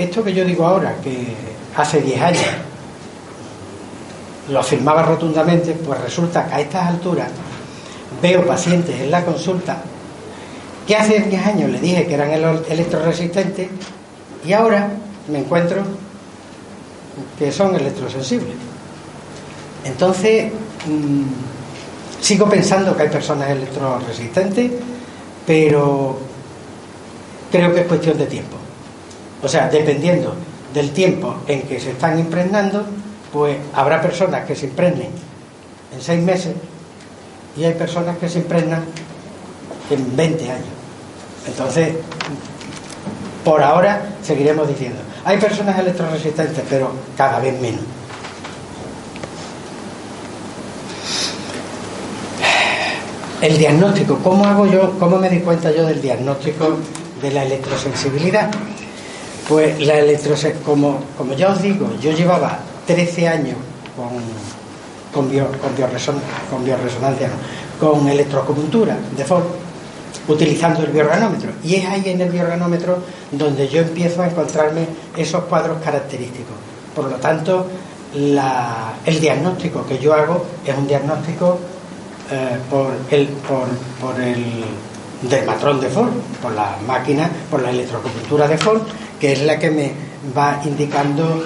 esto que yo digo ahora, que hace 10 años lo afirmaba rotundamente, pues resulta que a estas alturas veo pacientes en la consulta que hace 10 años le dije que eran electroresistentes y ahora me encuentro que son electrosensibles. Entonces sigo pensando que hay personas electroresistentes, pero creo que es cuestión de tiempo. O sea, dependiendo del tiempo en que se están impregnando, pues habrá personas que se impregnen en 6 meses y hay personas que se impregnan en 20 años. Entonces, por ahora seguiremos diciendo, hay personas electroresistentes, pero cada vez menos. El diagnóstico, ¿cómo hago yo? ¿Cómo me di cuenta yo del diagnóstico de la electrosensibilidad? Pues como ya os digo, yo llevaba 13 años con electroacupuntura de Folk, utilizando el bioorganómetro, y es ahí en el bioorganómetro donde yo empiezo a encontrarme esos cuadros característicos. Por lo tanto, el diagnóstico que yo hago es un diagnóstico por el dermatrón de Folk, por la máquina, por la electroacupuntura de Folk, que es la que me va indicando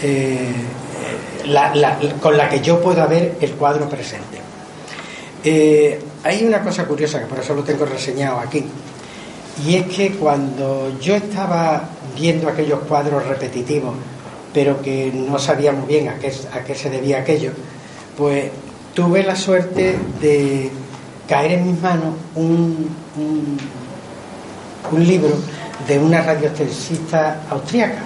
con la que yo pueda ver el cuadro presente. Hay una cosa curiosa que por eso lo tengo reseñado aquí, y es que cuando yo estaba viendo aquellos cuadros repetitivos, pero que no sabía muy bien a qué se debía aquello, pues tuve la suerte de caer en mis manos un libro de una radioestesista austríaca.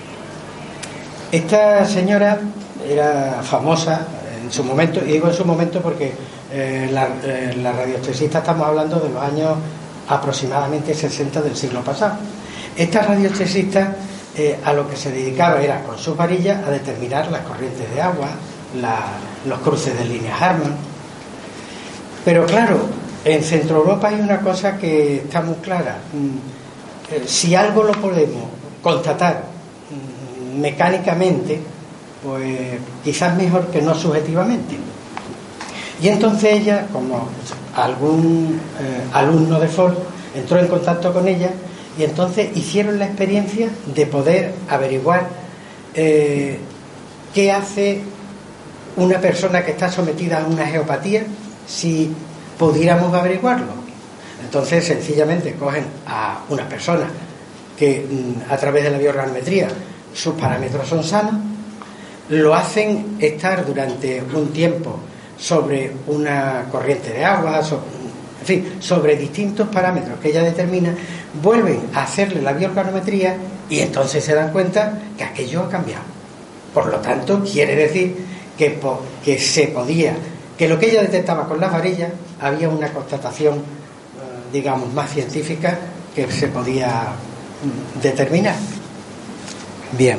Esta señora era famosa en su momento, y digo en su momento porque la radioestesista estamos hablando de los años aproximadamente 60 del siglo pasado. Esta radioestesista a lo que se dedicaba era con sus varillas a determinar las corrientes de agua, los cruces de líneas Harman. Pero claro, en Centro Europa hay una cosa que está muy clara. Si algo lo podemos constatar mecánicamente, pues quizás mejor que no subjetivamente. Y entonces ella, como algún alumno de Folk, entró en contacto con ella, y entonces hicieron la experiencia de poder averiguar qué hace una persona que está sometida a una geopatía, si pudiéramos averiguarlo. Entonces sencillamente cogen a una persona que a través de la bioorganometría sus parámetros son sanos, lo hacen estar durante un tiempo sobre una corriente de agua, en fin, sobre distintos parámetros que ella determina, vuelven a hacerle la bioorganometría y entonces se dan cuenta que aquello ha cambiado. Por lo tanto, quiere decir que se podía, que lo que ella detectaba con las varillas, había una constatación, digamos, más científica que se podía determinar. Bien.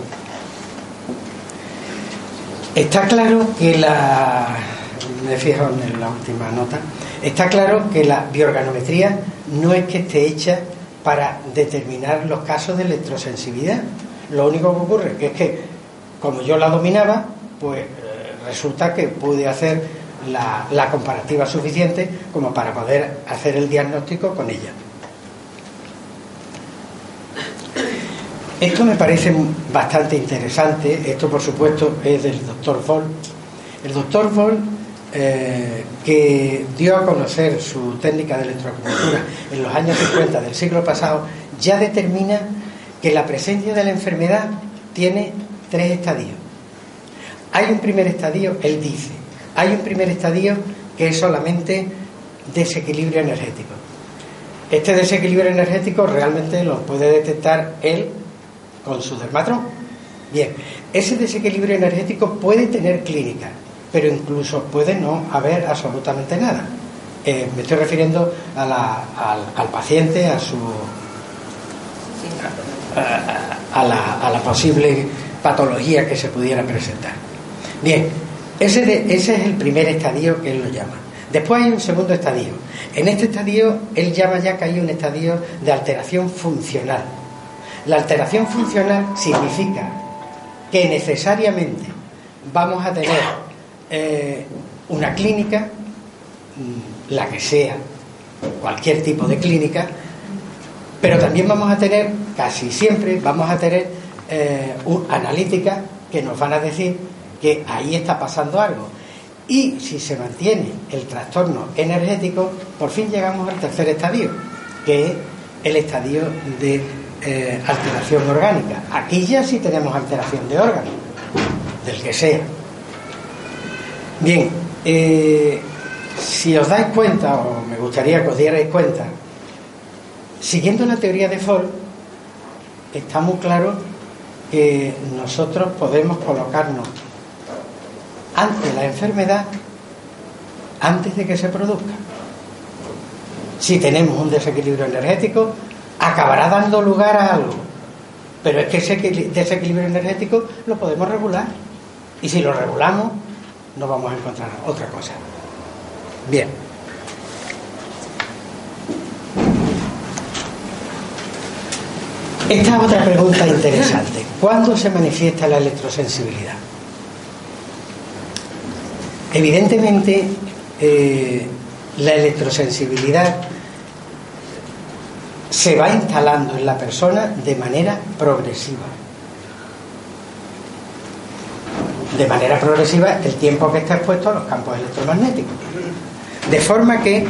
Está claro que me fijo en la última nota, está claro que la bioorganometría no es que esté hecha para determinar los casos de electrosensibilidad. Lo único que ocurre que es que, como yo la dominaba, pues resulta que pude hacer la comparativa suficiente como para poder hacer el diagnóstico con ella. Esto me parece bastante interesante. Esto, por supuesto, es del doctor Folk. El doctor Folk, que dio a conocer su técnica de electroacupuntura en los años 50 del siglo pasado, ya determina que la presencia de la enfermedad tiene 3 estadios. Hay un primer estadio, él dice, hay un primer estadio que es solamente desequilibrio energético. Este desequilibrio energético realmente lo puede detectar él con su dermatrón. Bien, ese desequilibrio energético puede tener clínica, pero incluso puede no haber absolutamente nada. Me estoy refiriendo al paciente, a la posible patología que se pudiera presentar. Bien, ese es el primer estadio que él lo llama. Después hay un segundo estadio. En este estadio él llama ya que hay un estadio de alteración funcional. La alteración funcional significa que necesariamente vamos a tener una clínica, la que sea, cualquier tipo de clínica, pero también vamos a tener, casi siempre, vamos a tener analíticas que nos van a decir que ahí está pasando algo. Y si se mantiene el trastorno energético, por fin llegamos al tercer estadio, que es el estadio de alteración orgánica. Aquí ya sí tenemos alteración de órgano, del que sea. Bien, si os dais cuenta, o me gustaría que os dierais cuenta, siguiendo la teoría de Folt, está muy claro que nosotros podemos colocarnos ante la enfermedad antes de que se produzca. Si tenemos un desequilibrio energético, acabará dando lugar a algo, pero es que ese desequilibrio energético lo podemos regular, y si lo regulamos no vamos a encontrar otra cosa. Bien, esta es otra pregunta interesante. ¿Cuándo se manifiesta la electrosensibilidad? Evidentemente, la electrosensibilidad se va instalando en la persona de manera progresiva. De manera progresiva el tiempo que está expuesto a los campos electromagnéticos. De forma que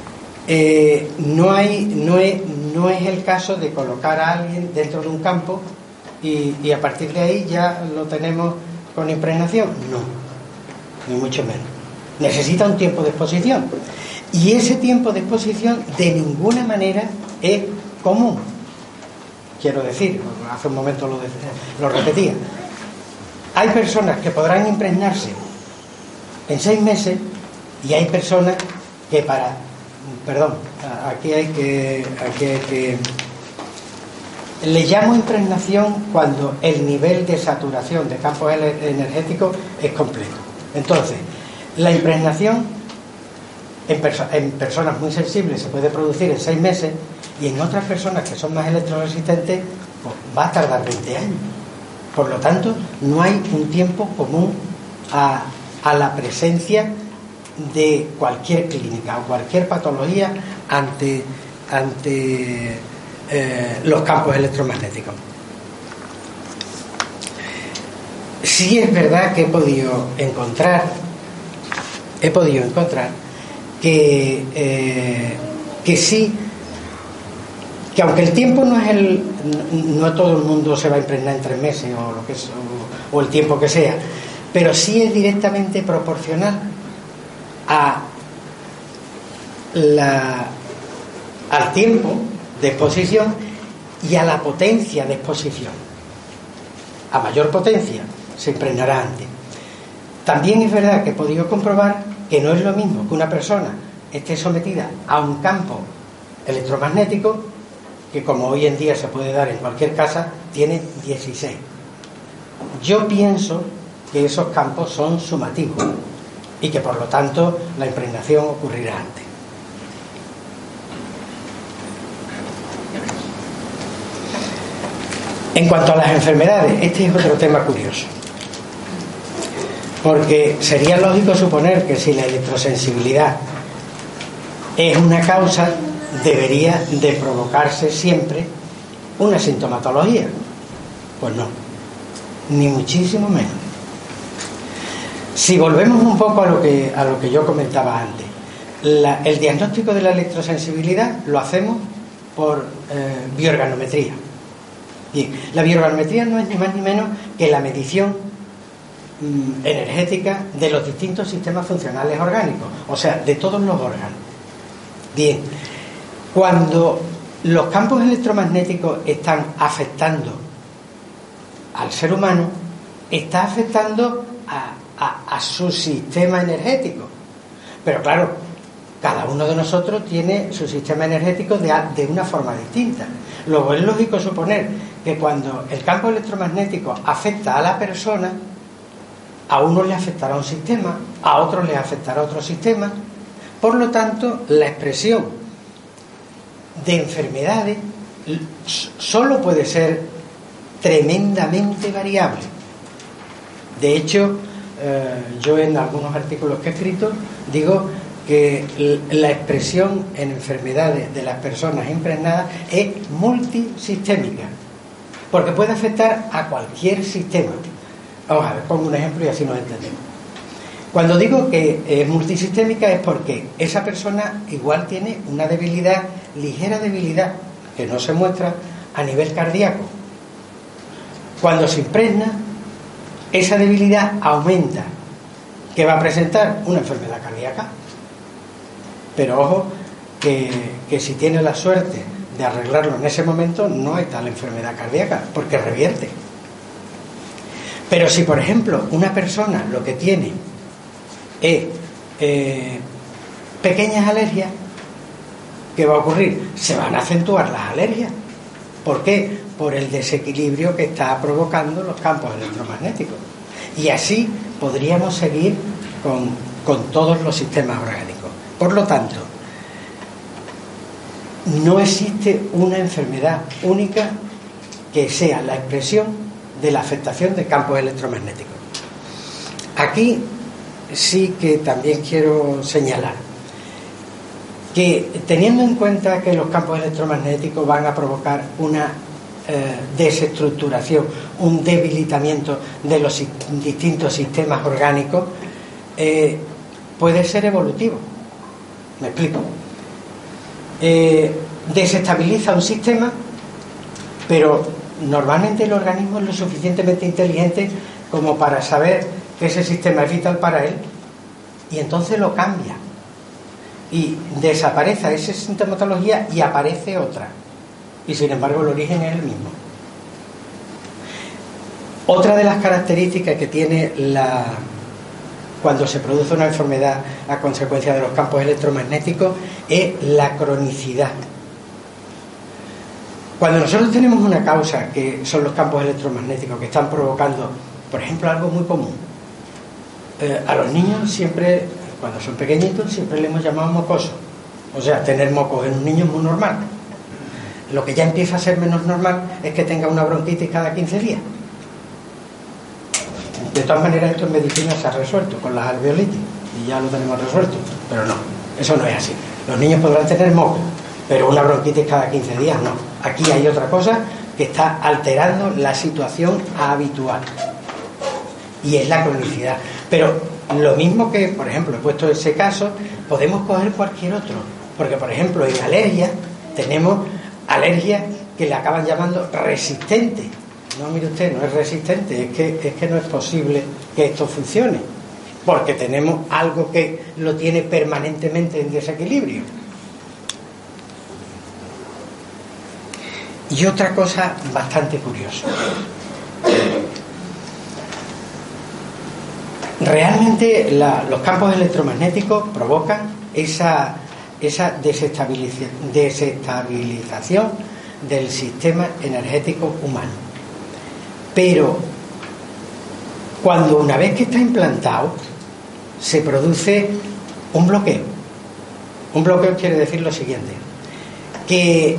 no es el caso de colocar a alguien dentro de un campo y a partir de ahí ya lo tenemos con impregnación. No, ni mucho menos. Necesita un tiempo de exposición. Y ese tiempo de exposición de ninguna manera es común. Quiero decir, hace un momento lo repetía. Hay personas que podrán impregnarse en 6 meses y hay personas que aquí hay que le llamo impregnación cuando el nivel de saturación de campos energéticos es completo. Entonces, la impregnación en personas muy sensibles se puede producir en 6 meses y en otras personas que son más electroresistentes pues, va a tardar 20 años. Por lo tanto, no hay un tiempo común a la presencia de cualquier clínica o cualquier patología ante los campos electromagnéticos. Sí es verdad que he podido encontrar que sí, que aunque el tiempo no todo el mundo se va a impregnar en 3 meses o el tiempo que sea, pero sí es directamente proporcional al tiempo de exposición y a la potencia de exposición. A mayor potencia se impregnará antes. También es verdad que he podido comprobar que no es lo mismo que una persona esté sometida a un campo electromagnético que, como hoy en día se puede dar en cualquier casa, tiene 16. Yo pienso que esos campos son sumativos y que por lo tanto la impregnación ocurrirá antes. En cuanto a las enfermedades, este es otro tema curioso, porque sería lógico suponer que si la electrosensibilidad es una causa, debería de provocarse siempre una sintomatología. Pues no, ni muchísimo menos. Si volvemos un poco a lo que yo comentaba antes, el diagnóstico de la electrosensibilidad lo hacemos por bioorganometría. Bien, la bioorganometría no es ni más ni menos que la medición energética de los distintos sistemas funcionales orgánicos, o sea, de todos los órganos. Bien, cuando los campos electromagnéticos están afectando al ser humano, está afectando a su sistema energético. Pero claro, cada uno de nosotros tiene su sistema energético de una forma distinta. Luego es lógico suponer que cuando el campo electromagnético afecta a la persona, a unos le afectará un sistema, a otros les afectará otro sistema. Por lo tanto, la expresión de enfermedades solo puede ser tremendamente variable. De hecho, yo en algunos artículos que he escrito digo que la expresión en enfermedades de las personas impregnadas es multisistémica, porque puede afectar a cualquier sistema. Vamos a ver, pongo un ejemplo y así nos entendemos. Cuando digo que es multisistémica es porque esa persona igual tiene una debilidad, ligera debilidad, que no se muestra a nivel cardíaco. Cuando se impregna, esa debilidad aumenta. ¿Qué va a presentar? Una enfermedad cardíaca. Pero ojo, que si tiene la suerte de arreglarlo en ese momento, no hay tal enfermedad cardíaca, porque revierte. Pero si, por ejemplo, una persona lo que tiene es pequeñas alergias, ¿qué va a ocurrir? Se van a acentuar las alergias. ¿Por qué? Por el desequilibrio que está provocando los campos electromagnéticos. Y así podríamos seguir con todos los sistemas orgánicos. Por lo tanto, no existe una enfermedad única que sea la expresión de la afectación de campos electromagnéticos. Aquí sí que también quiero señalar que, teniendo en cuenta que los campos electromagnéticos van a provocar una desestructuración, un debilitamiento de los distintos sistemas orgánicos, puede ser evolutivo. Me explico. Desestabiliza un sistema, pero normalmente el organismo es lo suficientemente inteligente como para saber que ese sistema es vital para él, y entonces lo cambia y desaparece esa sintomatología y aparece otra, y sin embargo el origen es el mismo. Otra de las características que tiene cuando se produce una enfermedad a consecuencia de los campos electromagnéticos es la cronicidad. Cuando nosotros tenemos una causa, que son los campos electromagnéticos que están provocando, por ejemplo, algo muy común, a los niños siempre, cuando son pequeñitos, siempre le hemos llamado mocosos. O sea, tener mocos en un niño es muy normal. Lo que ya empieza a ser menos normal es que tenga una bronquitis cada 15 días. De todas maneras, esto en medicina se ha resuelto con las alveolitis y ya lo tenemos resuelto, pero no, eso no es así. Los niños podrán tener moco, pero una bronquitis cada 15 días no. Aquí hay otra cosa que está alterando la situación habitual, y es la cronicidad. Pero lo mismo que, por ejemplo, he puesto ese caso, podemos coger cualquier otro, porque, por ejemplo, en alergias tenemos alergias que le acaban llamando resistentes. No, mire usted, no es resistente, es que no es posible que esto funcione, porque tenemos algo que lo tiene permanentemente en desequilibrio. Y otra cosa bastante curiosa. Realmente los campos electromagnéticos provocan esa desestabilización del sistema energético humano. Pero cuando, una vez que está implantado, se produce un bloqueo. Un bloqueo quiere decir lo siguiente: que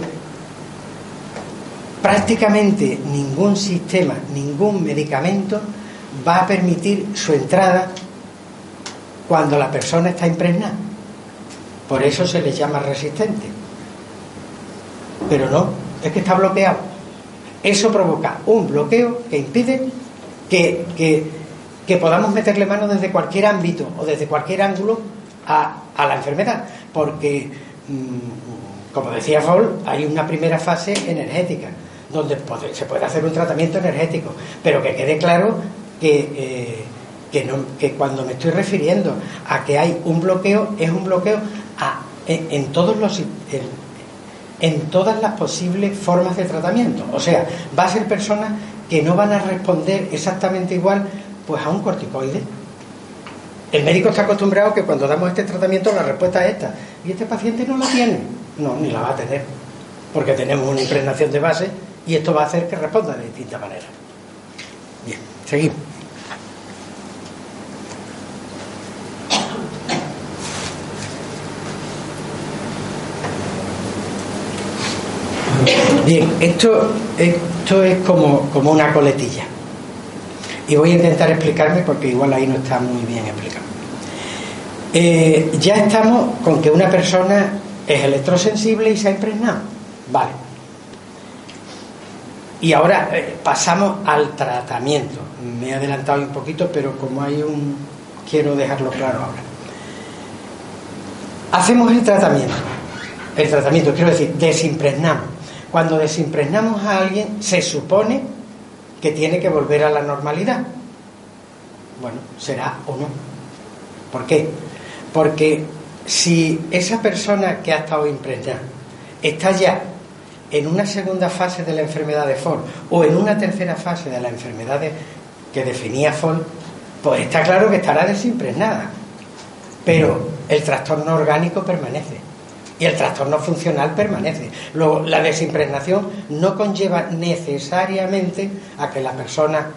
prácticamente ningún sistema, ningún medicamento va a permitir su entrada cuando la persona está impregnada. Por eso se les llama resistente. Pero no, es que está bloqueado. Eso provoca un bloqueo que impide que podamos meterle mano desde cualquier ámbito o desde cualquier ángulo a la enfermedad. Porque, como decía Raúl, hay una primera fase energética donde se puede hacer un tratamiento energético, pero que quede claro que cuando me estoy refiriendo a que hay un bloqueo, es un bloqueo en todas las posibles formas de tratamiento. O sea, va a ser personas que no van a responder exactamente igual pues a un corticoide. El médico está acostumbrado que cuando damos este tratamiento la respuesta es esta, y este paciente no la tiene. No, ni la va a tener, porque tenemos una impregnación de base y esto va a hacer que responda de distinta manera. Bien, seguimos. Bien, esto es como una coletilla. Y voy a intentar explicarme porque igual ahí no está muy bien explicado. Ya estamos con que una persona es electrosensible y se ha impregnado. Vale. Y ahora pasamos al tratamiento. Me he adelantado un poquito, pero como hay quiero dejarlo claro ahora. Hacemos el tratamiento. El tratamiento, quiero decir, desimpregnamos. Cuando desimpregnamos a alguien, se supone que tiene que volver a la normalidad. Bueno, será o no. ¿Por qué? Porque si esa persona que ha estado impregnada está ya en una segunda fase de la enfermedad de Ford o en una tercera fase de la enfermedad que definía Ford, pues está claro que estará desimpregnada. Pero el trastorno orgánico permanece y el trastorno funcional permanece. Luego, la desimpregnación no conlleva necesariamente a que la persona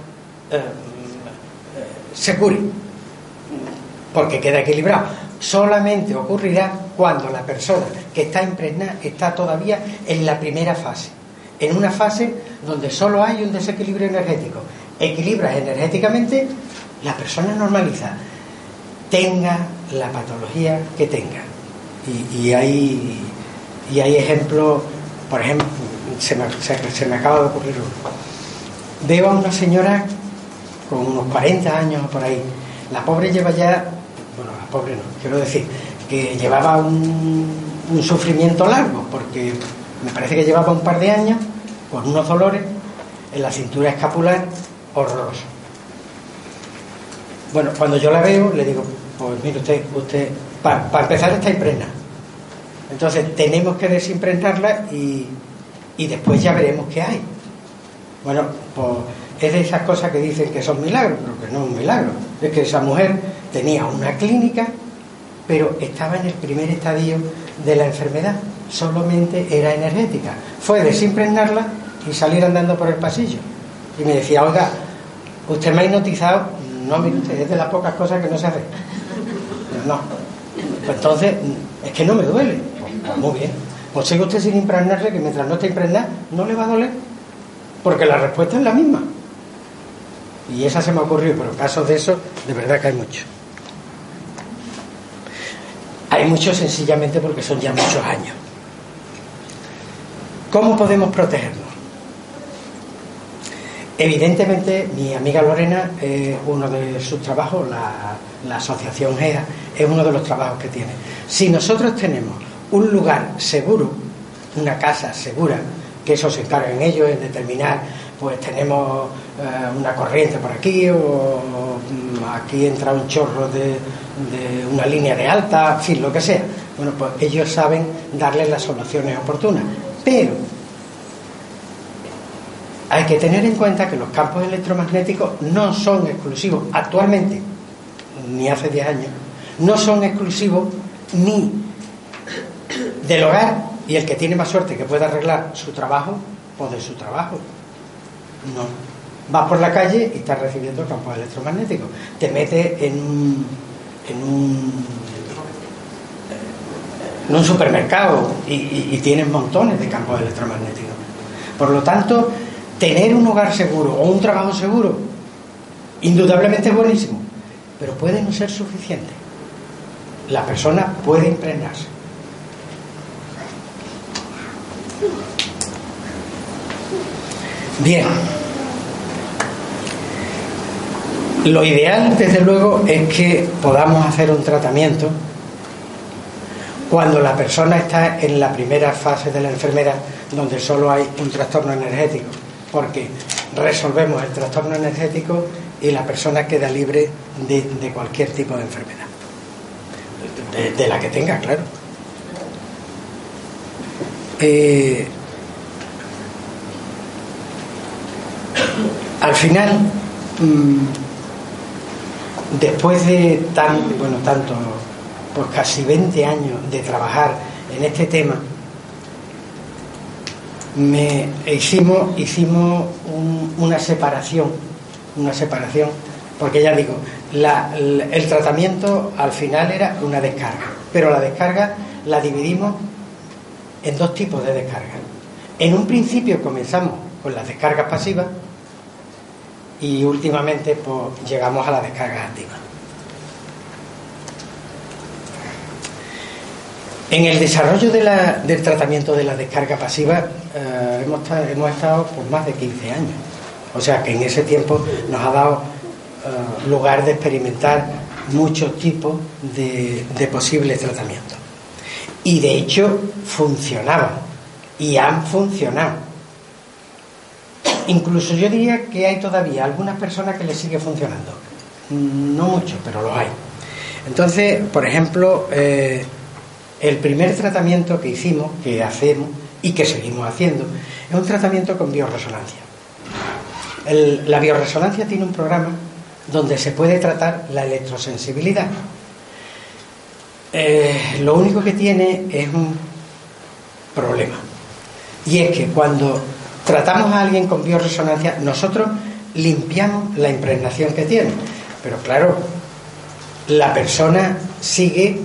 se cure, porque queda equilibrado. Solamente ocurrirá cuando la persona que está impregnada está todavía en la primera fase, en una fase donde solo hay un desequilibrio energético. Equilibras energéticamente, la persona normaliza, tenga la patología que tenga. Y hay ejemplos. Por ejemplo, se me acaba de ocurrir uno. Veo a una señora con unos 40 años por ahí. La pobre lleva ya, bueno, la pobre no, quiero decir que llevaba un sufrimiento largo, porque me parece que llevaba un par de años con unos dolores en la cintura escapular horrorosos. Bueno, cuando yo la veo le digo, pues mire usted para empezar está impregnada, entonces tenemos que desimpregnarla y después ya veremos qué hay. Bueno, pues es de esas cosas que dicen que son milagros, pero que no es un milagro. Es que esa mujer tenía una clínica, pero estaba en el primer estadio de la enfermedad, solamente era energética. Fue desimpregnarla y salir andando por el pasillo. Y me decía, oiga, ¿usted me ha hipnotizado? No, mire usted, es de las pocas cosas que no se hace. No. Pues entonces, es que no me duele. Pues muy bien. Pues sigue usted sin impregnarle, que mientras no esté impregnada, no le va a doler. Porque la respuesta es la misma. Y esa se me ha ocurrido, pero casos de eso, de verdad que hay muchos. Hay muchos sencillamente porque son ya muchos años. ¿Cómo podemos protegernos? Evidentemente, mi amiga Lorena, uno de sus trabajos, la asociación GEA, es uno de los trabajos que tiene. Si nosotros tenemos un lugar seguro, una casa segura, que eso se encarga en ellos, en determinar, pues tenemos una corriente por aquí, o aquí entra un chorro de una línea de alta, en fin, lo que sea. Bueno, pues ellos saben darles las soluciones oportunas. Pero hay que tener en cuenta que los campos electromagnéticos no son exclusivos actualmente, ni hace 10 años, no son exclusivos ni del hogar y el que tiene más suerte que pueda arreglar su trabajo, pues de su trabajo. No. Vas por la calle y estás recibiendo campos electromagnéticos. Te metes en un supermercado y tienes montones de campos electromagnéticos. Por lo tanto, tener un hogar seguro o un trabajo seguro, indudablemente es buenísimo, pero puede no ser suficiente. La persona puede impregnarse. Bien. Lo ideal, desde luego, es que podamos hacer un tratamiento cuando la persona está en la primera fase de la enfermedad, donde solo hay un trastorno energético, porque resolvemos el trastorno energético y la persona queda libre de cualquier tipo de enfermedad, de la que tenga, claro. Al final, después de tanto, pues casi 20 años de trabajar en este tema, hicimos una separación, porque ya digo, el tratamiento al final era una descarga, pero la descarga la dividimos en dos tipos de descarga. En un principio comenzamos con las descargas pasivas y últimamente pues llegamos a las descargas activas. En el desarrollo del tratamiento de la descarga pasiva hemos estado por más de 15 años. O sea que en ese tiempo nos ha dado lugar de experimentar muchos tipos de posibles tratamientos. Y de hecho funcionaban y han funcionado. Incluso yo diría que hay todavía algunas personas que les sigue funcionando. No mucho, pero los hay. Entonces, por ejemplo, el primer tratamiento que hicimos, que hacemos y que seguimos haciendo, es un tratamiento con bioresonancia. La bioresonancia tiene un programa donde se puede tratar la electrosensibilidad. Lo único que tiene es un problema, y es que cuando tratamos a alguien con bioresonancia, nosotros limpiamos la impregnación que tiene, pero claro, la persona sigue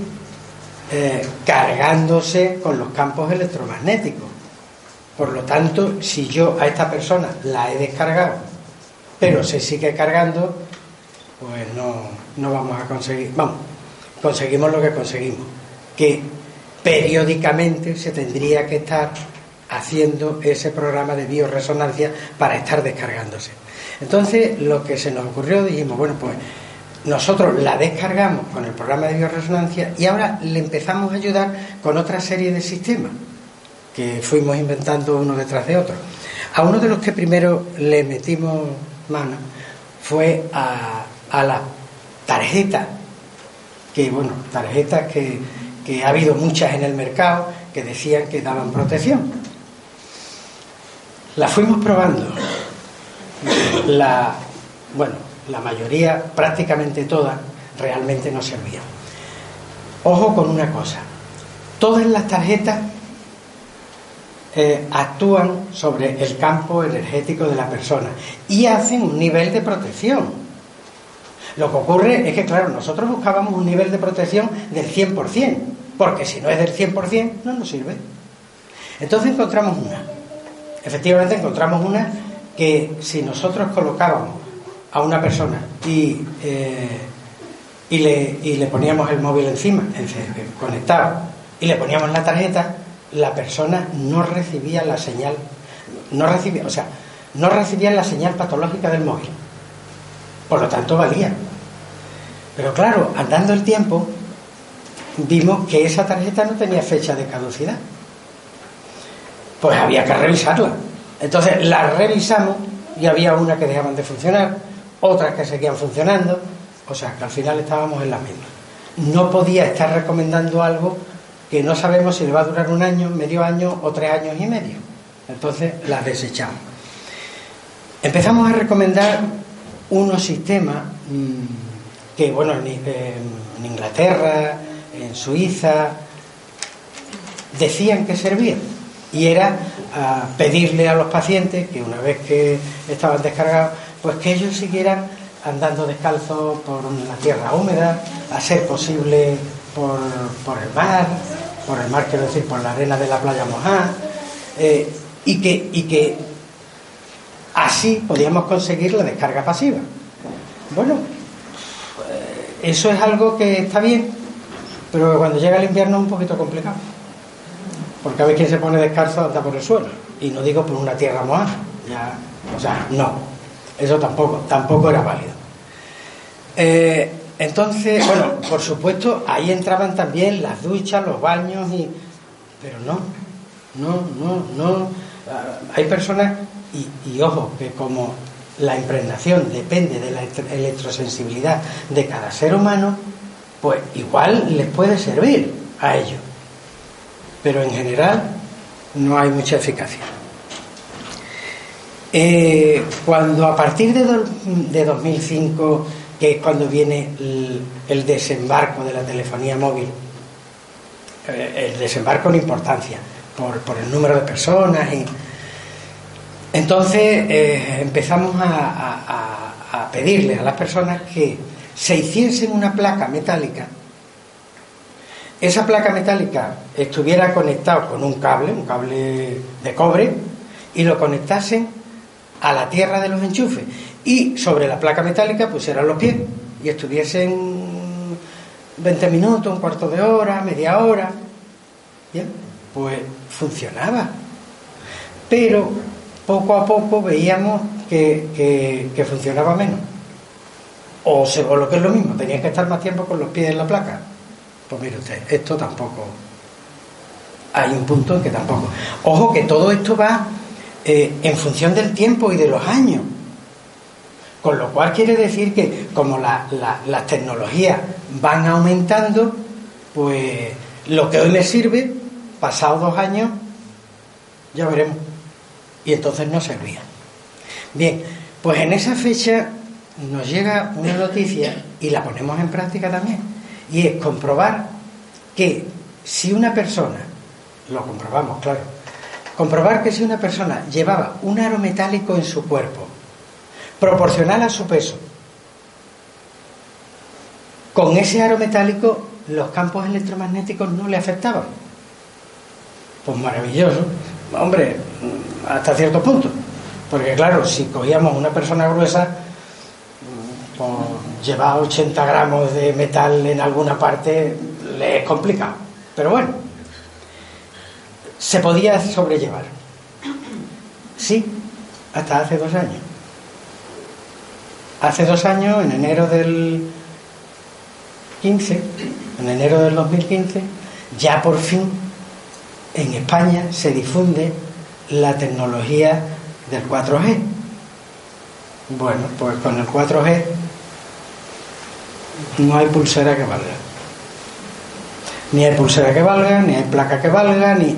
cargándose con los campos electromagnéticos. Por lo tanto, si yo a esta persona la he descargado, pero se sigue cargando, pues no vamos a conseguir. Vamos, conseguimos lo que conseguimos, que periódicamente se tendría que estar haciendo ese programa de bioresonancia para estar descargándose. Entonces, lo que se nos ocurrió, dijimos, bueno, pues nosotros la descargamos con el programa de bioresonancia y ahora le empezamos a ayudar con otra serie de sistemas que fuimos inventando uno detrás de otro. A uno de los que primero le metimos mano fue a la tarjeta, tarjetas que ha habido muchas en el mercado que decían que daban protección. Las fuimos probando. La mayoría, prácticamente todas, realmente no servían. Ojo con una cosa: todas las tarjetas actúan sobre el campo energético de la persona y hacen un nivel de protección. Lo que ocurre es que, claro, nosotros buscábamos un nivel de protección del 100%, porque si no es del 100% no nos sirve. Entonces efectivamente encontramos una que, si nosotros colocábamos a una persona y le poníamos el móvil encima, conectado, y le poníamos la tarjeta, la persona no recibía la señal, no recibía la señal patológica del móvil. Por lo tanto, valía. Pero claro, andando el tiempo, vimos que esa tarjeta no tenía fecha de caducidad. Pues había que revisarla. Entonces la revisamos y había una que dejaban de funcionar, otras que seguían funcionando, o sea que al final estábamos en las mismas. No podía estar recomendando algo que no sabemos si le va a durar un año, medio año o 3 años y medio. Entonces las desechamos. Empezamos a recomendar unos sistemas que, en Inglaterra, en Suiza, decían que servían, y era pedirle a los pacientes que, una vez que estaban descargados, pues que ellos siguieran andando descalzos por una tierra húmeda, a ser posible por el mar, quiero decir, por la arena de la playa mojada, y que así podíamos conseguir la descarga pasiva. Bueno, eso es algo que está bien, pero cuando llega el invierno es un poquito complicado, porque a ver quién se pone descalzo anda por el suelo, y no digo por una tierra mojada, eso tampoco era válido. Entonces, por supuesto, ahí entraban también las duchas, los baños, pero no. Hay personas, y ojo, que como la impregnación depende de la electrosensibilidad de cada ser humano, pues igual les puede servir a ellos, pero en general no hay mucha eficacia. Cuando a partir de 2005, que es cuando viene el desembarco de la telefonía móvil, el desembarco en importancia por el número de personas, entonces empezamos a pedirle a las personas que se hiciesen una placa metálica esa placa metálica estuviera conectado con un cable de cobre, y lo conectasen a la tierra de los enchufes, y sobre la placa metálica pusieran los pies y estuviesen 20 minutos, un cuarto de hora, media hora. Bien, pues funcionaba, pero poco a poco veíamos que funcionaba menos, o lo que es lo mismo, tenían que estar más tiempo con los pies en la placa. Pues mire usted, esto tampoco, hay un punto en que tampoco. Ojo, que todo esto va en función del tiempo y de los años, con lo cual quiere decir que como las tecnologías van aumentando, pues lo que hoy me sirve, pasados 2 años, ya veremos, y entonces no servía. Bien, pues en esa fecha nos llega una noticia y la ponemos en práctica también, y es comprobar que si una persona, lo comprobamos, claro, comprobar que si una persona llevaba un aro metálico en su cuerpo proporcional a su peso, con ese aro metálico los campos electromagnéticos no le afectaban. Pues maravilloso, hombre, hasta cierto punto, porque claro, si cogíamos una persona gruesa, pues llevar 80 gramos de metal en alguna parte le es complicado, pero bueno, se podía sobrellevar. Sí, hasta hace 2 años. Hace 2 años, en enero del 2015, ya por fin en España se difunde la tecnología del 4G. Bueno, pues con el 4G no hay pulsera que valga. Ni hay pulsera que valga, ni hay placa que valga, ni...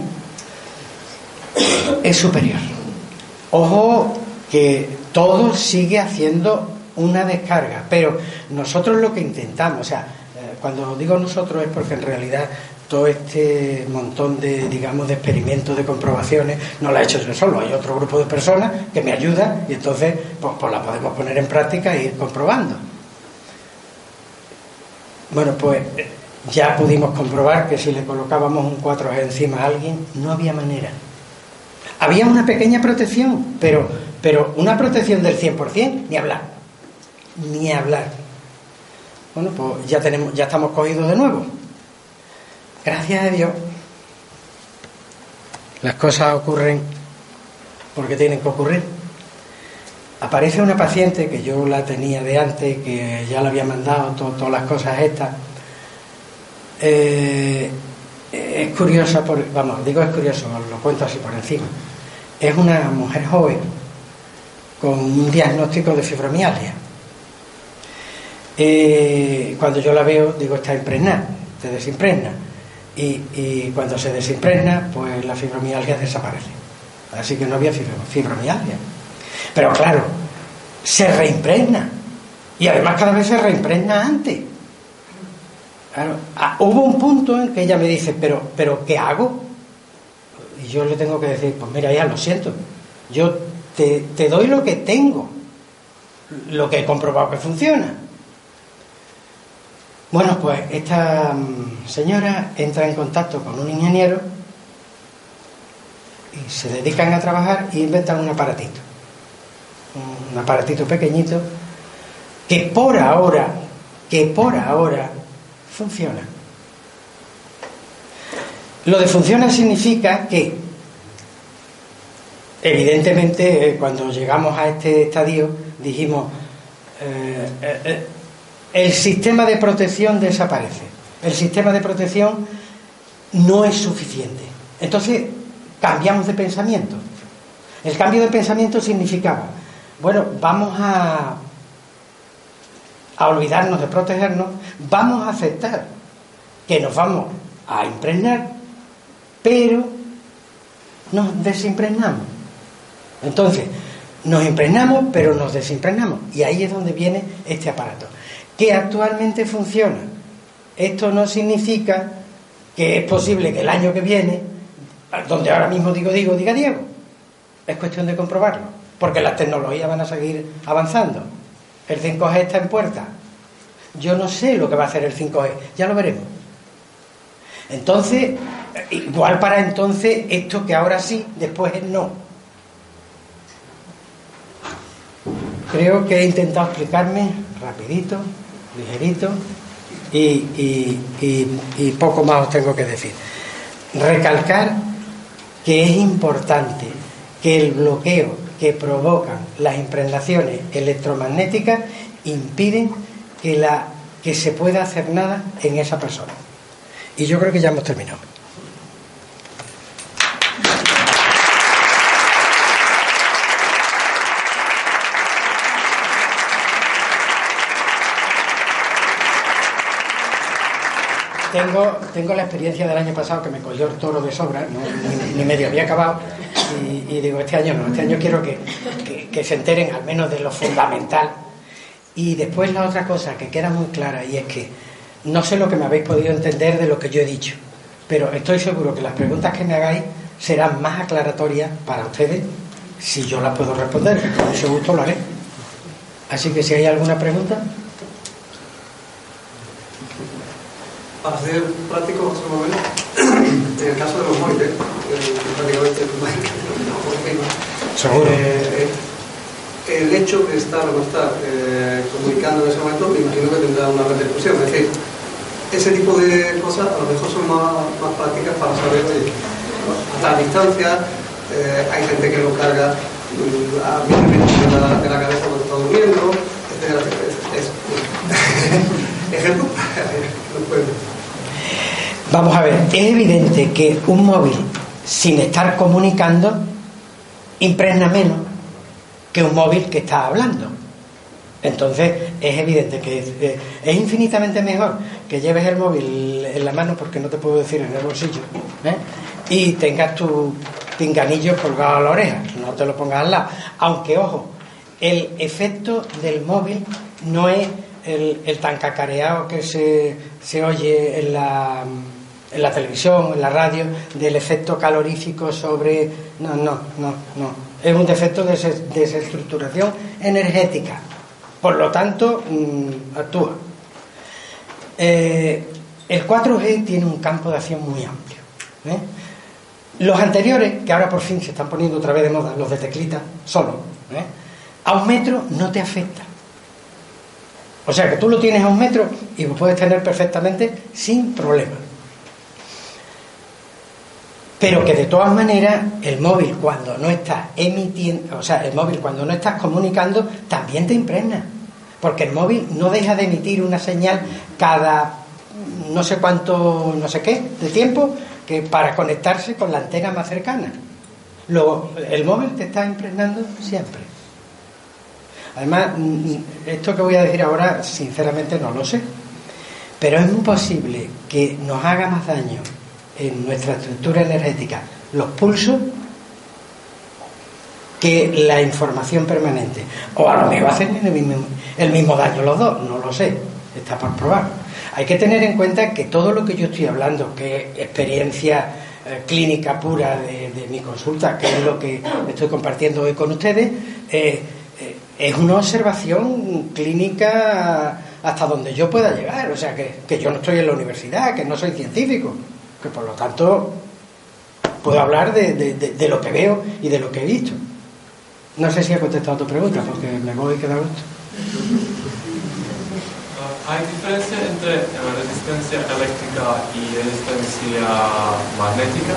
Es superior. Ojo que todo sigue haciendo una descarga, pero nosotros lo que intentamos, o sea, cuando digo nosotros es porque en realidad todo este montón de, digamos, de experimentos, de comprobaciones, no lo he hecho yo solo, hay otro grupo de personas que me ayudan y entonces pues la podemos poner en práctica e ir comprobando. Bueno, pues ya pudimos comprobar que si le colocábamos un 4G encima a alguien, no había manera. Había una pequeña protección, pero una protección del 100%, ni hablar. Bueno, pues ya estamos cogidos de nuevo. Gracias a Dios, las cosas ocurren porque tienen que ocurrir. Aparece una paciente que yo la tenía de antes, que ya le había mandado todas las cosas estas. Es curiosa, es curioso, os lo cuento así por encima. Es una mujer joven con un diagnóstico de fibromialgia. Cuando yo la veo, digo, está impregnada, se desimpregna. Y cuando se desimpregna, pues la fibromialgia desaparece. Así que no había fibromialgia. Pero claro, se reimpregna. Y además cada vez se reimpregna antes. Claro, hubo un punto en que ella me dice, pero ¿qué hago? Y yo le tengo que decir, pues mira, ya lo siento. Yo te doy lo que tengo. Lo que he comprobado que funciona. Bueno, pues esta señora entra en contacto con un ingeniero y se dedican a trabajar e inventan un aparatito pequeñito que por ahora funciona. Lo de funciona significa que evidentemente cuando llegamos a este estadio dijimos el sistema de protección desaparece, el sistema de protección no es suficiente, entonces cambiamos de pensamiento. El cambio de pensamiento significaba, bueno, vamos a olvidarnos de protegernos, vamos a aceptar que nos vamos a impregnar, pero nos desimpregnamos. Entonces nos impregnamos pero nos desimpregnamos, y ahí es donde viene este aparato que actualmente funciona. Esto no significa que es posible que el año que viene, donde ahora mismo diga Diego, es cuestión de comprobarlo, porque las tecnologías van a seguir avanzando. El 5G está en puerta. Yo no sé lo que va a hacer el 5G, ya lo veremos. Entonces, igual para entonces esto que ahora sí, después es no. Creo que he intentado explicarme rapidito, ligerito, y poco más os tengo que decir. Recalcar que es importante que el bloqueo que provocan las impregnaciones electromagnéticas impiden que se pueda hacer nada en esa persona. Y yo creo que ya hemos terminado. Tengo la experiencia del año pasado que me cogió el toro de sobra, ni medio había acabado, y digo, este año no, este año quiero que se enteren al menos de lo fundamental. Y después la otra cosa que queda muy clara, y es que no sé lo que me habéis podido entender de lo que yo he dicho, pero estoy seguro que las preguntas que me hagáis serán más aclaratorias para ustedes si yo las puedo responder, y con mucho gusto lo haré. Así que si hay alguna pregunta. Para ser práctico, en el caso de los móviles, prácticamente seguro. El hecho de estar o no estar comunicando en ese momento, me imagino que tendrá una repercusión. Es decir, ese tipo de cosas a lo mejor son más prácticas para saber, oye, a tal distancia, hay gente que lo carga a milímetros de la cabeza cuando está durmiendo, etcétera. Ejemplo, no puedo. Vamos a ver, es evidente que un móvil sin estar comunicando impregna menos que un móvil que está hablando. Entonces es evidente que es infinitamente mejor que lleves el móvil en la mano, porque no te puedo decir en el bolsillo, y tengas tu pinganillo colgado a la oreja, no te lo pongas al lado. Aunque, ojo, el efecto del móvil no es el tan cacareado que se oye en la televisión, en la radio, del efecto calorífico sobre... No. Es un defecto de desestructuración energética. Por lo tanto, actúa. El 4G tiene un campo de acción muy amplio. Los anteriores, que ahora por fin se están poniendo otra vez de moda, los de teclita, solo, a 1 metro no te afecta. O sea que tú lo tienes a 1 metro y lo puedes tener perfectamente sin problema. Pero que de todas maneras el móvil cuando no estás emitiendo, o sea, el móvil cuando no estás comunicando también te impregna, porque el móvil no deja de emitir una señal cada no sé cuánto, no sé qué, de tiempo, que para conectarse con la antena más cercana. Luego, el móvil te está impregnando siempre. Además, esto que voy a decir ahora, sinceramente no lo sé, pero es muy posible que nos haga más daño en nuestra estructura energética los pulsos que la información permanente, o a lo mejor hacen el mismo daño los dos, no lo sé, está por probar. Hay que tener en cuenta que todo lo que yo estoy hablando, que es experiencia clínica pura de mi consulta, que es lo que estoy compartiendo hoy con ustedes, es una observación clínica hasta donde yo pueda llegar. O sea, que yo no estoy en la universidad, que no soy científico, que por lo tanto puedo hablar de lo que veo y de lo que he visto. No sé si he contestado a tu pregunta, porque me voy a quedar gusto. ¿Hay diferencia entre resistencia eléctrica y resistencia magnética?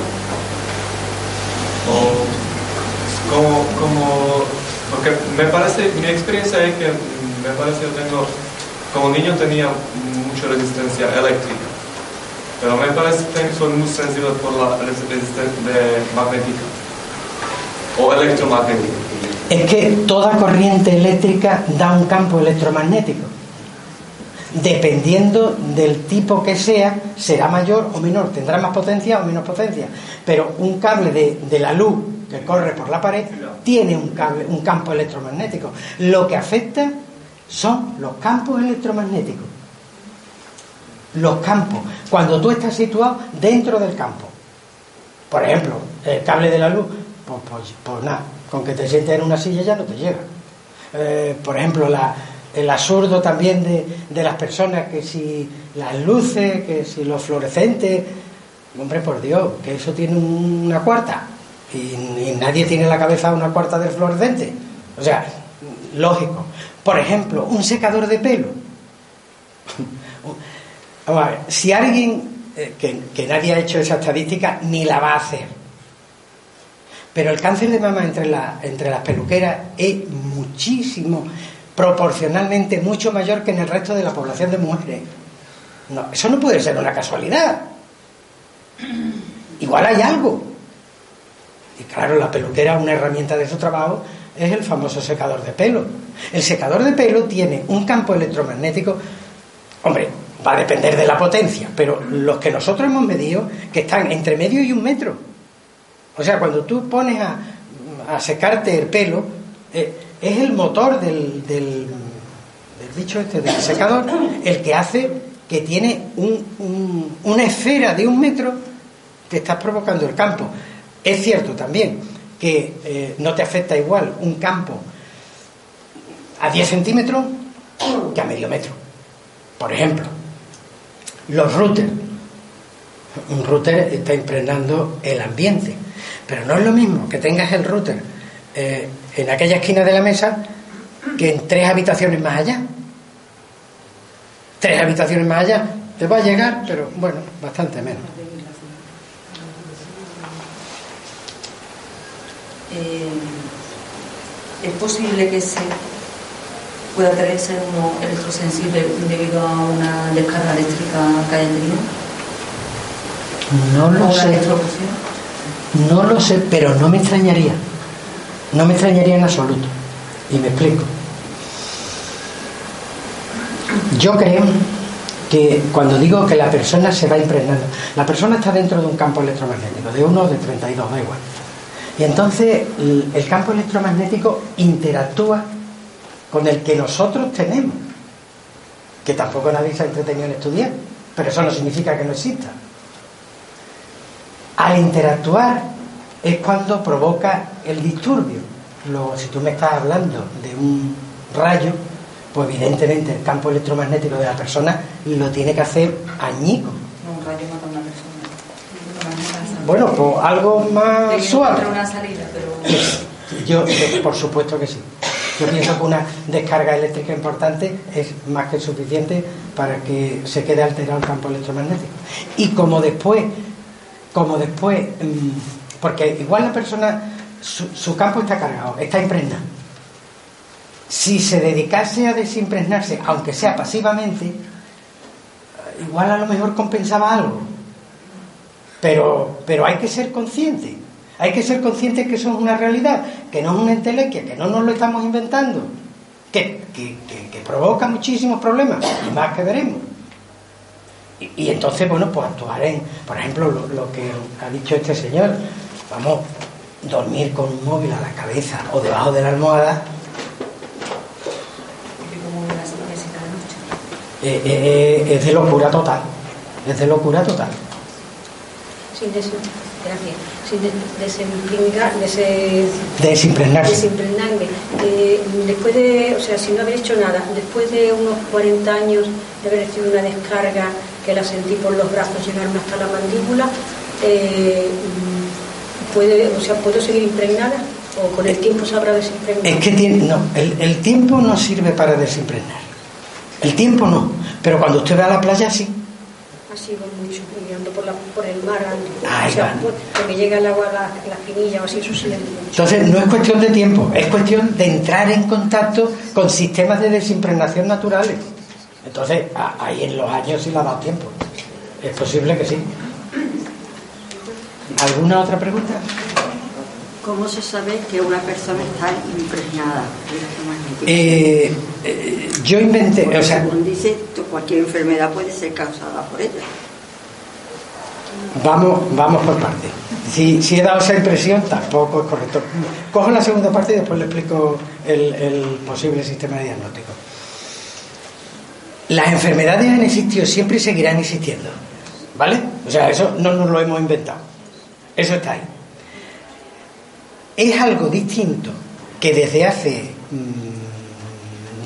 Porque me parece, mi experiencia es que me parece que como niño tenía mucha resistencia eléctrica, pero me parece que soy muy sensible por la resistencia magnética o electromagnética. Es que toda corriente eléctrica da un campo electromagnético. Dependiendo del tipo que sea, será mayor o menor, tendrá más potencia o menos potencia. Pero un cable de la luz que corre por la pared tiene un campo electromagnético. Lo que afecta son los campos electromagnéticos. Los campos, cuando tú estás situado dentro del campo. Por ejemplo, el cable de la luz, pues nada, con que te sientes en una silla ya no te llega. Por ejemplo, el absurdo también de las personas, que si las luces, que si los fluorescentes, Hombre, por Dios, que eso tiene una cuarta y nadie tiene en la cabeza una cuarta del fluorescente. O sea, lógico. Por ejemplo, un secador de pelo. Vamos a ver, si alguien, que nadie ha hecho esa estadística, ni la va a hacer. Pero el cáncer de mama entre las peluqueras es muchísimo, proporcionalmente mucho mayor que en el resto de la población de mujeres. No, eso no puede ser una casualidad. Igual hay algo. Y claro, la peluquera, una herramienta de su trabajo, es el famoso secador de pelo. El secador de pelo tiene un campo electromagnético, hombre, va a depender de la potencia, pero los que nosotros hemos medido, que están entre medio y 1 metro. O sea, cuando tú pones a secarte el pelo, es el motor del bicho este, del secador, el que hace que tiene una esfera de 1 metro que estás provocando el campo. Es cierto también que no te afecta igual un campo a 10 centímetros que a medio metro. Por ejemplo, los routers. Un router está impregnando el ambiente, pero no es lo mismo que tengas el router en aquella esquina de la mesa que en 3 habitaciones más allá. 3 habitaciones más allá te va a llegar, pero bueno, bastante menos. ¿Es posible que se pueda creerse uno electrosensible debido a una descarga eléctrica que haya tenido? No lo sé. No lo sé, pero no me extrañaría. No me extrañaría en absoluto. Y me explico. Yo creo que cuando digo que la persona se va impregnando, la persona está dentro de un campo electromagnético, de 1 o de 32, da igual. Y entonces el campo electromagnético interactúa con el que nosotros tenemos, que tampoco nadie se ha entretenido en estudiar, pero eso no significa que no exista. Al interactuar es cuando provoca el disturbio. Luego, si tú me estás hablando de un rayo, pues evidentemente el campo electromagnético de la persona lo tiene que hacer añico. No, un rayo mata a una persona. Bueno, pues algo más suave. Una salida, pero... Yo, por supuesto que sí. Yo pienso que una descarga eléctrica importante es más que suficiente para que se quede alterado el campo electromagnético. Y como después, porque igual la persona, su campo está cargado, está impregnado. Si se dedicase a desimpregnarse, aunque sea pasivamente, igual a lo mejor compensaba algo. Pero hay que ser consciente. Hay que ser consciente que eso es una realidad, que no es una entelequia, que no nos lo estamos inventando, que provoca muchísimos problemas, y más que veremos. Y entonces, bueno, pues actuar en, por ejemplo, lo que ha dicho este señor, vamos, dormir con un móvil a la cabeza o debajo de la almohada, es de locura total. Es de locura total. Gracias. Sin desimpregnarse. Después de, o sea, sin no haber hecho nada, después de unos 40 años de haber recibido una descarga que la sentí por los brazos llegarme hasta la mandíbula, ¿puedo seguir impregnada? ¿O con el tiempo se habrá desimpregnado? Es que el tiempo no sirve para desimpregnar. El tiempo no. Pero cuando usted va a la playa, sí. Así voy mucho, mirando por el mar, que me llega el agua a la espinilla o así sucede mucho. Entonces no es cuestión de tiempo, es cuestión de entrar en contacto con sistemas de desimpregnación naturales. Entonces ahí en los años sí le ha dado tiempo. Es posible que sí. ¿Alguna otra pregunta? ¿Cómo se sabe que una persona está impregnada electromagnéticamente? Yo inventé, porque según dice, cualquier enfermedad puede ser causada por ella. Vamos por partes. Si he dado esa impresión, tampoco es correcto. Cojo la segunda parte y después le explico el posible sistema de diagnóstico. Las enfermedades han existido siempre y seguirán existiendo, ¿vale? O sea, eso no nos lo hemos inventado. Eso está ahí. Es algo distinto que desde hace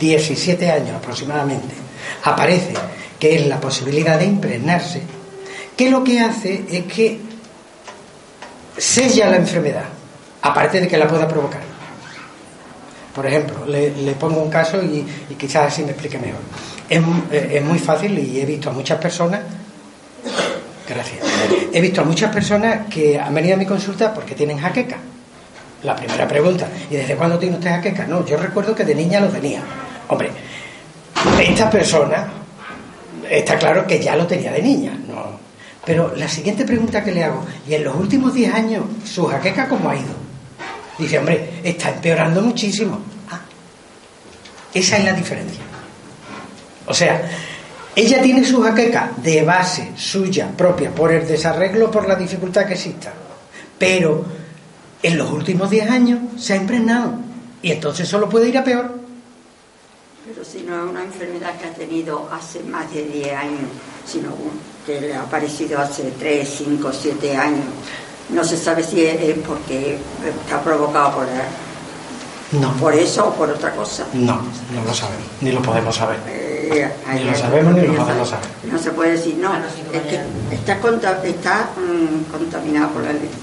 17 años aproximadamente aparece, que es la posibilidad de impregnarse, que lo que hace es que sella la enfermedad, aparte de que la pueda provocar. Por ejemplo, le pongo un caso y quizás así me explique mejor. Es muy fácil, y he visto a muchas personas, gracias, he visto a muchas personas que han venido a mi consulta porque tienen jaqueca. La primera pregunta: ¿y desde cuándo tiene usted jaqueca? No, yo recuerdo que de niña lo tenía. Hombre, esta persona está claro que ya lo tenía de niña, ¿no? Pero la siguiente pregunta que le hago: ¿y en los últimos 10 años su jaqueca cómo ha ido? Dice: hombre, está empeorando muchísimo. Ah, esa es la diferencia. O sea, ella tiene su jaqueca de base suya propia, por el desarreglo, por la dificultad que exista, pero en los últimos 10 años se ha impregnado, y entonces solo puede ir a peor. Pero si no es una enfermedad que ha tenido hace más de 10 años, sino que le ha aparecido hace 3, 5, 7 años, no se sabe si es porque está provocado por eso o por otra cosa. No lo sabemos, ni lo podemos saber. Ni lo sabemos ni lo podemos saber. No se puede decir, no, es que está contaminado por la leche.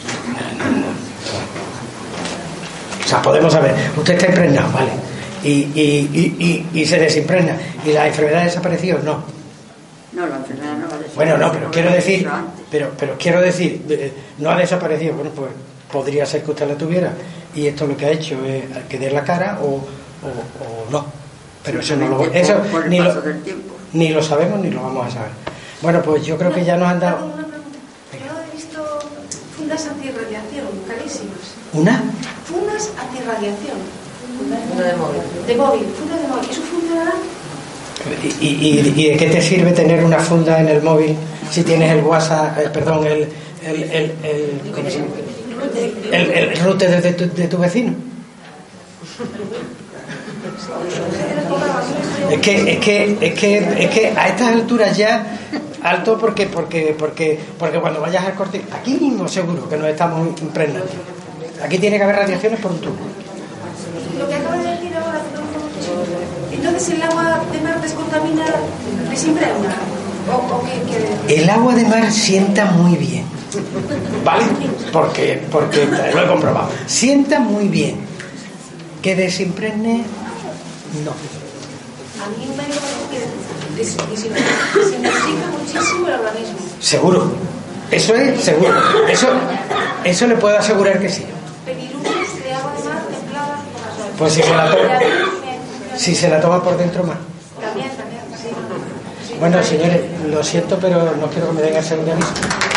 O sea, podemos saber, usted está impregnado, ¿vale? Y se desimpregna. ¿Y la enfermedad ha desaparecido? No. No, la enfermedad no ha desaparecido. Bueno, no, pero quiero decir, no ha desaparecido. Bueno, pues podría ser que usted la tuviera, y esto lo que ha hecho es que dé la cara o no. Pero eso no ni lo sabemos ni lo vamos a saber. Bueno, pues yo creo que ya nos han dado. Una pregunta. Yo he visto fundas antirradiación carísimas. ¿Una? Fundas antirradiación. Funda de móvil. De móvil, funda de móvil. ¿Eso funcionará? ¿Y de qué te sirve tener una funda en el móvil si tienes el WhatsApp, ¿cómo se llama? El router de tu vecino? Es que a estas alturas ya alto porque cuando vayas al Corte, aquí mismo seguro que nos estamos impregnando. Aquí tiene que haber radiaciones por un tubo. Lo que acabas de decir ahora, entonces el agua de mar descontamina, desimpregna. ¿O qué? El agua de mar sienta muy bien, ¿vale? Porque lo he comprobado. Sienta muy bien. Que desimpregne, no. A mí un médico me dijo que desintoxica muchísimo el organismo. Seguro. Eso es seguro. Eso le puedo asegurar que sí. Pedir un de agua de mar templada. Pues si se la toma por dentro más. También, sí. Bueno, señores, lo siento, pero no quiero que me den el segundo aviso.